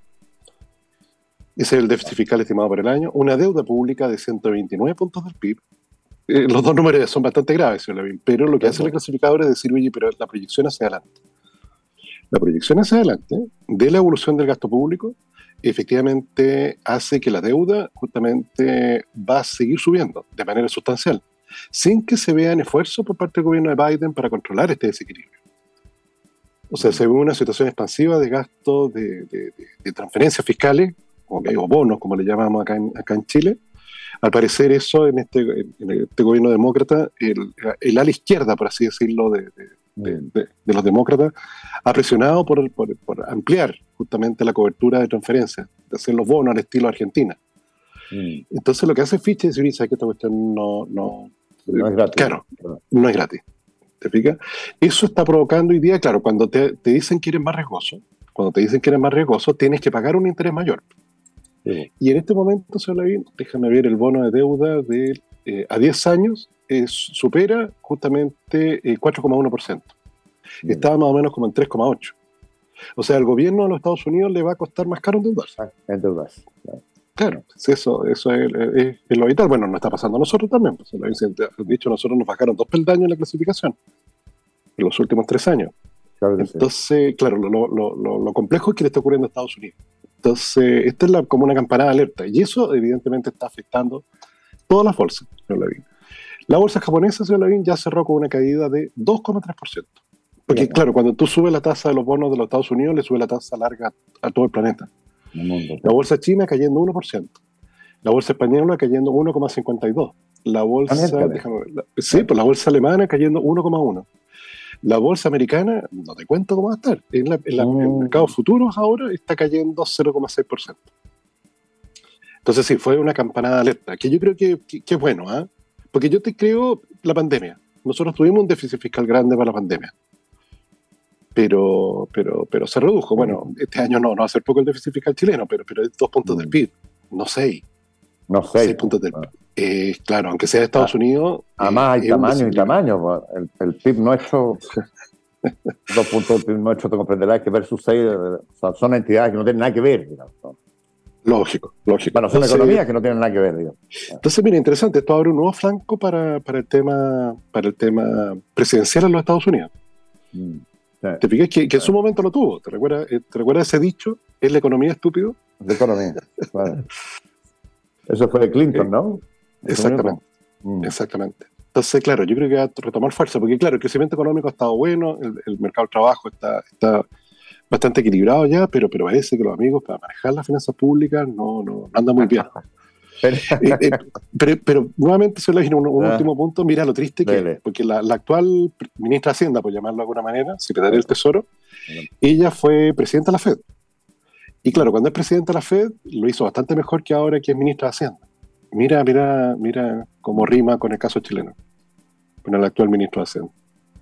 Ese es el déficit fiscal estimado por el año. Una deuda pública de 129 puntos del PIB. Los dos números son bastante graves, señor Lavín, pero lo que hace el clasificador es decir, oye, pero la proyección hacia adelante. La proyección hacia adelante de la evolución del gasto público efectivamente hace que la deuda justamente va a seguir subiendo de manera sustancial, sin que se vean esfuerzos por parte del gobierno de Biden para controlar este desequilibrio. O sea, se ve una situación expansiva de gasto de transferencias fiscales, o bonos, como le llamamos acá en Chile. Al parecer eso en este gobierno demócrata, el ala izquierda, por así decirlo, de los demócratas, ha presionado por ampliar justamente la cobertura de transferencias, de hacer los bonos al estilo Argentina. Entonces lo que hace Fitch es decir, que esta cuestión no es gratis. Claro, no es gratis. ¿Te fijas? Eso está provocando hoy día, claro, cuando te dicen que eres más riesgoso, tienes que pagar un interés mayor. Sí. Y en este momento, señor Lavín, déjame ver, el bono de deuda a 10 años supera justamente 4,1%. Estaba más o menos como en 3,8%. O sea, al gobierno de los Estados Unidos le va a costar más caro endeudarse. Claro, eso es lo vital. Bueno, nos está pasando a nosotros también. Pues, de hecho, nosotros nos bajaron 2 peldaños en la clasificación en los últimos 3 años. Claro. Entonces, sí. Claro, lo complejo es que le está ocurriendo a Estados Unidos. Entonces, esta es como una campanada de alerta. Y eso, evidentemente, está afectando todas las bolsas, señor Lavín. La bolsa japonesa, señor Lavín, ya cerró con una caída de 2,3%. Porque, claro, cuando tú subes la tasa de los bonos de los Estados Unidos, le sube la tasa larga a todo el planeta. La bolsa china cayendo 1%. La bolsa española cayendo 1,52%. La bolsa, la bolsa alemana cayendo 1,1%. La bolsa americana, no te cuento cómo va a estar. En el mercado futuros ahora está cayendo 0,6%. Entonces sí, fue una campanada de alerta, que yo creo que es bueno, ¿eh? Porque yo te creo la pandemia. Nosotros tuvimos un déficit fiscal grande para la pandemia. Pero se redujo. Bueno, este año no va a ser poco el déficit fiscal chileno, pero es 2 puntos del PIB, no 6. No 6 puntos del PIB. Claro, aunque sea de Estados Unidos. Además hay tamaño. El PIB nuestro, 2 puntos del PIB nuestro, te comprenderás que versus 6 son entidades que no tienen nada que ver, digamos. Lógico. Bueno, son economías que no tienen nada que ver, digamos. Entonces, mira, interesante, esto abre un nuevo flanco para el tema presidencial en los Estados Unidos. ¿Te fijas que en su momento lo tuvo? ¿Te recuerdas ese dicho? ¿Es la economía estúpido? De economía, claro. Eso fue de Clinton, ¿no? Exactamente. Entonces, claro, yo creo que va a retomar fuerza, porque claro, el crecimiento económico ha estado bueno, el mercado del trabajo está bastante equilibrado ya, pero parece que los amigos para manejar las finanzas públicas no andan muy bien. Pero nuevamente se le viene un último punto. Mira lo triste que es, porque la actual ministra de Hacienda, por llamarlo de alguna manera, secretaria del Tesoro, ella fue presidenta de la FED. Y claro, cuando es presidenta de la FED, lo hizo bastante mejor que ahora que es ministra de Hacienda. Mira cómo rima con el caso chileno, con el actual ministro de Hacienda.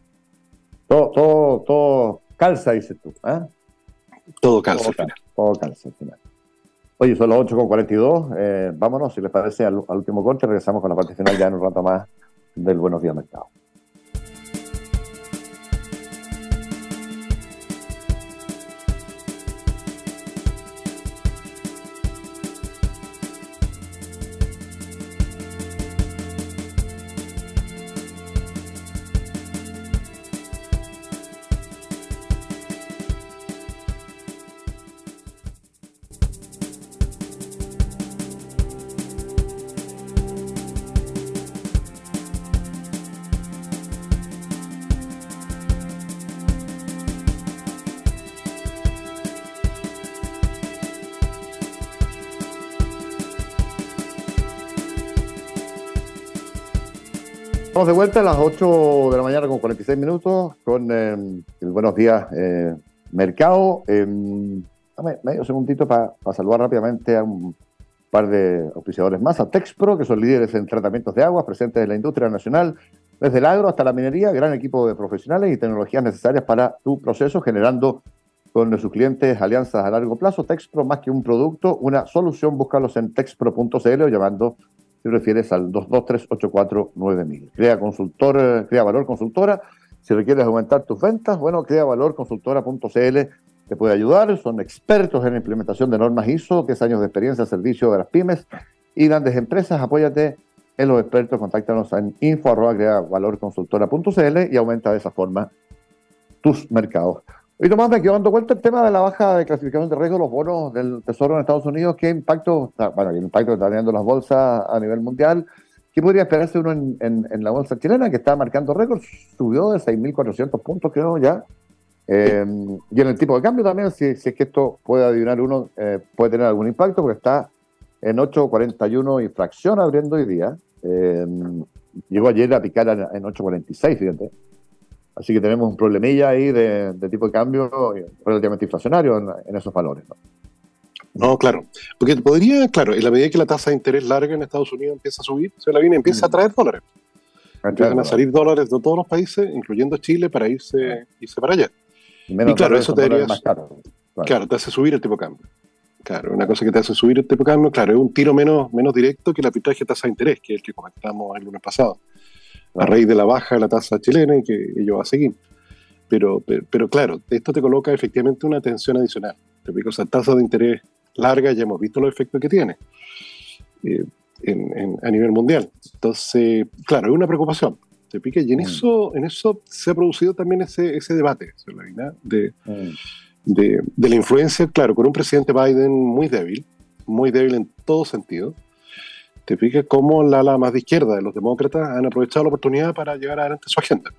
Todo calza, dices tú. Todo calza al final. Todo calza al final. Oye, son las 8:42. Vámonos, si les parece, al último corte. Regresamos con la parte final ya en un rato más del Buenos Días Mercado. Estamos de vuelta a las 8 de la mañana con 46 minutos con el Buenos Días Mercado. Dame medio segundito para saludar rápidamente a un par de auspiciadores más, a Texpro, que son líderes en tratamientos de aguas presentes en la industria nacional, desde el agro hasta la minería, gran equipo de profesionales y tecnologías necesarias para tu proceso, generando con sus clientes alianzas a largo plazo. Texpro, más que un producto, una solución. Búscalos en texpro.cl o llamando, si prefieres, al 223-84-9000. Crea Valor Consultora. Si requieres aumentar tus ventas, bueno, creavalorconsultora.cl te puede ayudar. Son expertos en la implementación de normas ISO, 10 años de experiencia al servicio de las pymes y grandes empresas. Apóyate en los expertos, contáctanos en info@creavalorconsultora.cl y aumenta de esa forma tus mercados. Y Tomás, me quedo dando cuenta el tema de la baja de clasificación de riesgo de los bonos del Tesoro en Estados Unidos. ¿Qué impacto, el impacto que están teniendo las bolsas a nivel mundial? ¿Qué podría esperarse uno en la bolsa chilena, que está marcando récords? Subió de 6.400 puntos, creo, ya. Y en el tipo de cambio también, si es que esto puede adivinar uno, puede tener algún impacto, porque está en 8.41 y fracción abriendo hoy día. Llegó ayer a picar en 8.46, fíjate. Así que tenemos un problemilla ahí de tipo de cambio relativamente inflacionario en esos valores, ¿no? No, claro. Porque podría, claro, en la medida que la tasa de interés larga en Estados Unidos empieza a subir, empieza a traer dólares. Empiezan a salir dólares de todos los países, incluyendo Chile, para irse para allá. Y claro, eso te daría más caro. Claro, te hace subir el tipo de cambio. Claro, una cosa que te hace subir el tipo de cambio, claro, es un tiro menos directo que el arbitraje de tasa de interés, que es el que comentamos el lunes pasado, a raíz de la baja de la tasa chilena y que ello va a seguir. Pero claro, esto te coloca efectivamente una tensión adicional. Te pico, esa tasa de interés larga, ya hemos visto los efectos que tiene a nivel mundial. Entonces, claro, es una preocupación. Te pica, y en eso se ha producido también ese debate de la influencia, claro, con un presidente Biden muy débil en todo sentido. Te fijas cómo la ala más de izquierda de los demócratas han aprovechado la oportunidad para llevar adelante su agenda.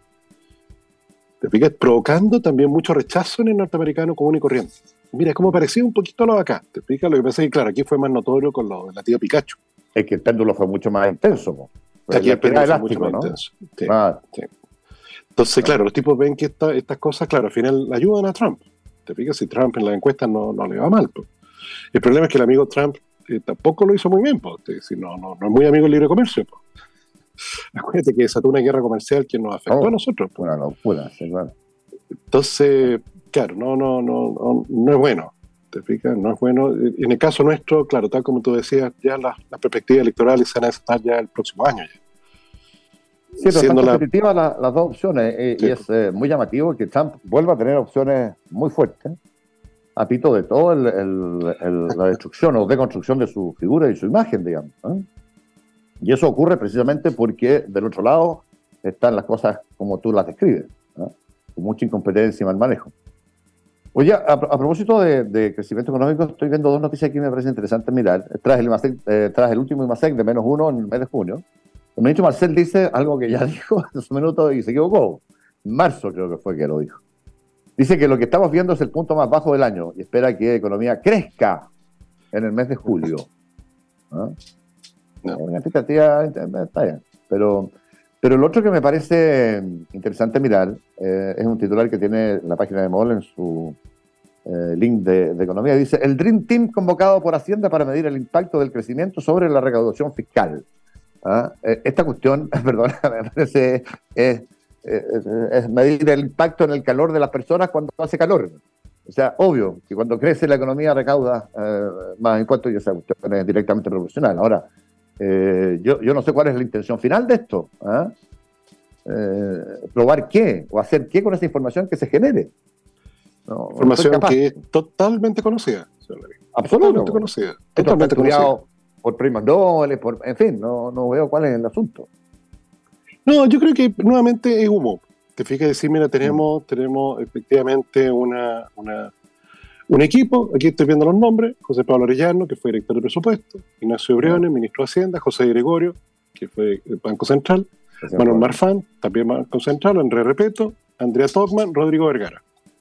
Te fijas provocando también mucho rechazo en el norteamericano común y corriente. Mira, es como parecía un poquito lo de acá. Te fijas, lo que pasa es que, claro, aquí fue más notorio con lo de la tía Pikachu. Es que el péndulo fue mucho más intenso, ¿no? Aquí el péndulo fue mucho más intenso. Sí, sí. Entonces, claro, los tipos ven que estas cosas, claro, al final ayudan a Trump. Te fijas, si Trump en las encuestas no le va mal. Pues. El problema es que el amigo Trump tampoco lo hizo muy bien, pues. No es muy amigo del libre comercio. Pues. Acuérdate que desató una guerra comercial que nos afectó a nosotros. Pues. Una locura, sí, claro. Entonces, claro, no es bueno. ¿Te fijas? No es bueno. En el caso nuestro, claro, tal como tú decías, ya las perspectivas electorales se van a desatar ya el próximo año. Ya. Sí, pero están competitivas las dos opciones y es muy llamativo que Trump vuelva a tener opciones muy fuertes a pito de todo la destrucción o deconstrucción de su figura y su imagen, digamos, ¿eh? Y eso ocurre precisamente porque del otro lado están las cosas como tú las describes, ¿eh? Con mucha incompetencia y mal manejo. Oye, a propósito de crecimiento económico, estoy viendo dos noticias que me parecen interesantes mirar. Tras el último IMASEC de -1 en el mes de junio, el ministro Marcel dice algo que ya dijo hace un minuto y se equivocó. En marzo creo que fue que lo dijo. Dice que lo que estamos viendo es el punto más bajo del año y espera que la economía crezca en el mes de julio. ¿Ah? No. Una expectativa está bien. Pero lo otro que me parece interesante mirar es un titular que tiene la página de MOL en su link de economía. Dice, el Dream Team convocado por Hacienda para medir el impacto del crecimiento sobre la recaudación fiscal. ¿Ah? Esta cuestión, perdona, me parece es medir el impacto en el calor de las personas cuando hace calor. O sea, obvio que cuando crece la economía recauda más impuestos y esa cuestión es directamente proporcional. Ahora, yo no sé cuál es la intención final de esto. ¿Ah? ¿Probar qué? ¿O hacer qué con esa información que se genere? No, información que es totalmente conocida. Absolutamente conocida. Totalmente conocida. Por premios Nobel, en fin, no veo cuál es el asunto. No, yo creo que nuevamente es humo. Te fijas decir, mira, tenemos efectivamente un equipo, aquí estoy viendo los nombres, José Pablo Arellano, que fue director de presupuesto, Ignacio Briones, ministro de Hacienda, José Gregorio, que fue el Banco Central, Manuel Marfán, también Banco Central, Andrés Repeto, Andrea Togman, Rodrigo Vergara.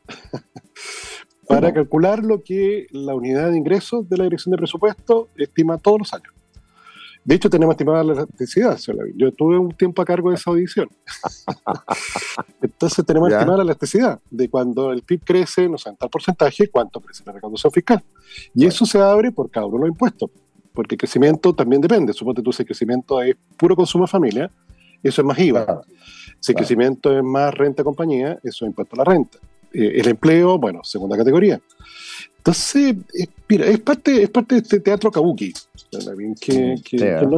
Para calcular lo que la unidad de ingresos de la Dirección de Presupuesto estima todos los años. De hecho, tenemos estimada la elasticidad, señor Lavín. Yo tuve un tiempo a cargo de esa audición. Entonces tenemos estimada la elasticidad de cuando el PIB crece, no sé, en tal porcentaje, cuánto crece la recaudación fiscal. Y eso se abre por cada uno de los impuestos, porque el crecimiento también depende. Suponte tú, si el crecimiento es puro consumo de familia, eso es más IVA. Claro. Si el crecimiento es más renta de compañía, eso es impuesto a la renta. El empleo, bueno, segunda categoría. Entonces, mira, es parte de este teatro kabuki, que no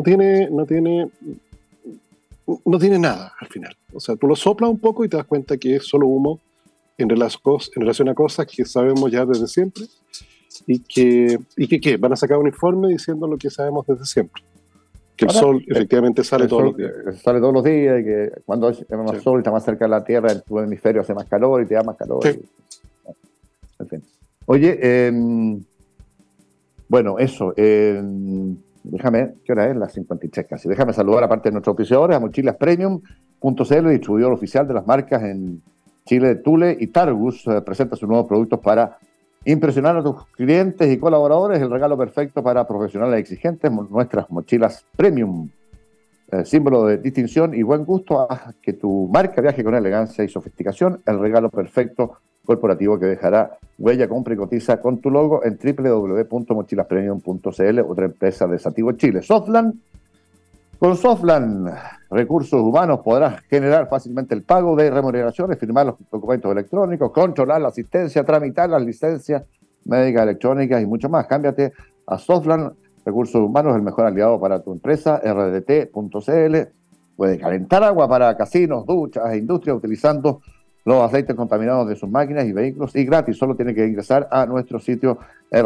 tiene nada al final. O sea, tú lo soplas un poco y te das cuenta que es solo humo en relación a cosas que sabemos ya desde siempre y que van a sacar un informe diciendo lo que sabemos desde siempre. Que el sol efectivamente sale todos los días. Sale todos los días y que cuando hay más sol y está más cerca de la Tierra, en tu hemisferio hace más calor y te da más calor. Sí. En fin. Oye, bueno, eso. Déjame, ¿qué hora es? Las 53 casi. Déjame saludar, aparte de nuestros auspiciadores, a Mochilas Premium.cl, distribuidor oficial de las marcas en Chile, Thule y Targus. Presenta sus nuevos productos para impresionar a tus clientes y colaboradores. El regalo perfecto para profesionales exigentes. Nuestras mochilas Premium, símbolo de distinción y buen gusto. Haz que tu marca viaje con elegancia y sofisticación. El regalo perfecto corporativo que dejará huella, compra y cotiza con tu logo en www.mochilaspremium.cl, otra empresa de Sativo Chile. Softland. Con Softland Recursos Humanos podrás generar fácilmente el pago de remuneraciones, firmar los documentos electrónicos, controlar la asistencia, tramitar las licencias médicas electrónicas y mucho más. Cámbiate a Softland Recursos Humanos, el mejor aliado para tu empresa, rdt.cl. Puede calentar agua para casinos, duchas e industrias utilizando los aceites contaminados de sus máquinas y vehículos, y gratis. Solo tiene que ingresar a nuestro sitio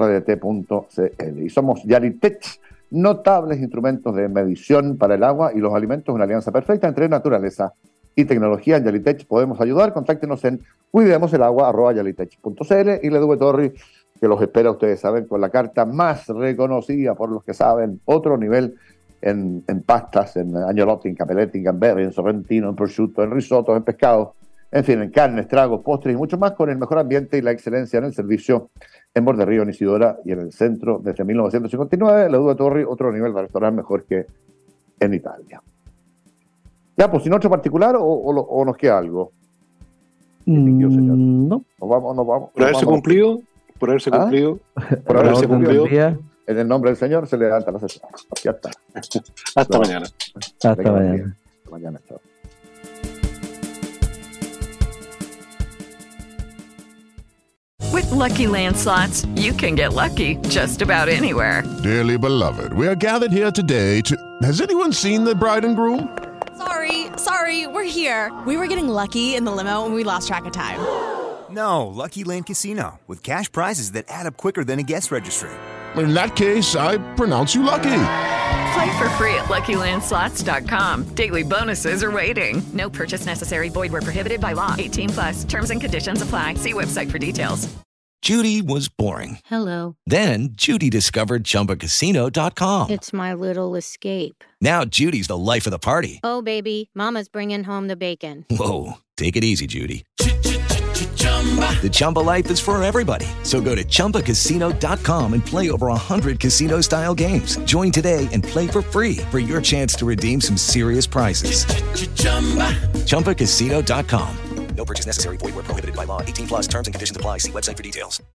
rdt.cl. Y somos Yalitech, notables instrumentos de medición para el agua y los alimentos, una alianza perfecta entre naturaleza y tecnología. En Yalitech podemos ayudar. Contáctenos en cuidemoselagua@yalitech.cl. y Leduve Torri, que los espera, ustedes saben, con la carta más reconocida por los que saben, otro nivel en pastas, en agnolotti, en capelletti, en gamberi, en sorrentino, en prosciutto, en risotto, en pescado, en fin, en carnes, tragos, postres y mucho más, con el mejor ambiente y la excelencia en el servicio en Borderrío, en Isidora y en el centro desde 1959. La Duda Torri, otro nivel de restaurante mejor que en Italia. Ya, pues, sin otro particular o nos queda algo. No. Nos vamos. Por haberse cumplido. Por haberse cumplido. En el nombre del Señor se levanta la sesión. Ya está. Hasta mañana. Hasta mañana. Hasta mañana, chao. With Lucky Land Slots, you can get lucky just about anywhere. Dearly beloved, we are gathered here today to... Has anyone seen the bride and groom? Sorry, we're here. We were getting lucky in the limo and we lost track of time. No, Lucky Land Casino, with cash prizes that add up quicker than a guest registry. In that case, I pronounce you lucky. Play for free at LuckyLandSlots.com. Daily bonuses are waiting. No purchase necessary. Void where prohibited by law. 18+. Terms and conditions apply. See website for details. Judy was boring. Hello. Then Judy discovered ChumbaCasino.com. It's my little escape. Now Judy's the life of the party. Oh, baby, mama's bringing home the bacon. Whoa, take it easy, Judy. The Chumba life is for everybody. So go to ChumbaCasino.com and play over 100 casino-style games. Join today and play for free for your chance to redeem some serious prizes. ChumbaCasino.com. No purchase necessary. Void where prohibited by law. 18+. Terms and conditions apply. See website for details.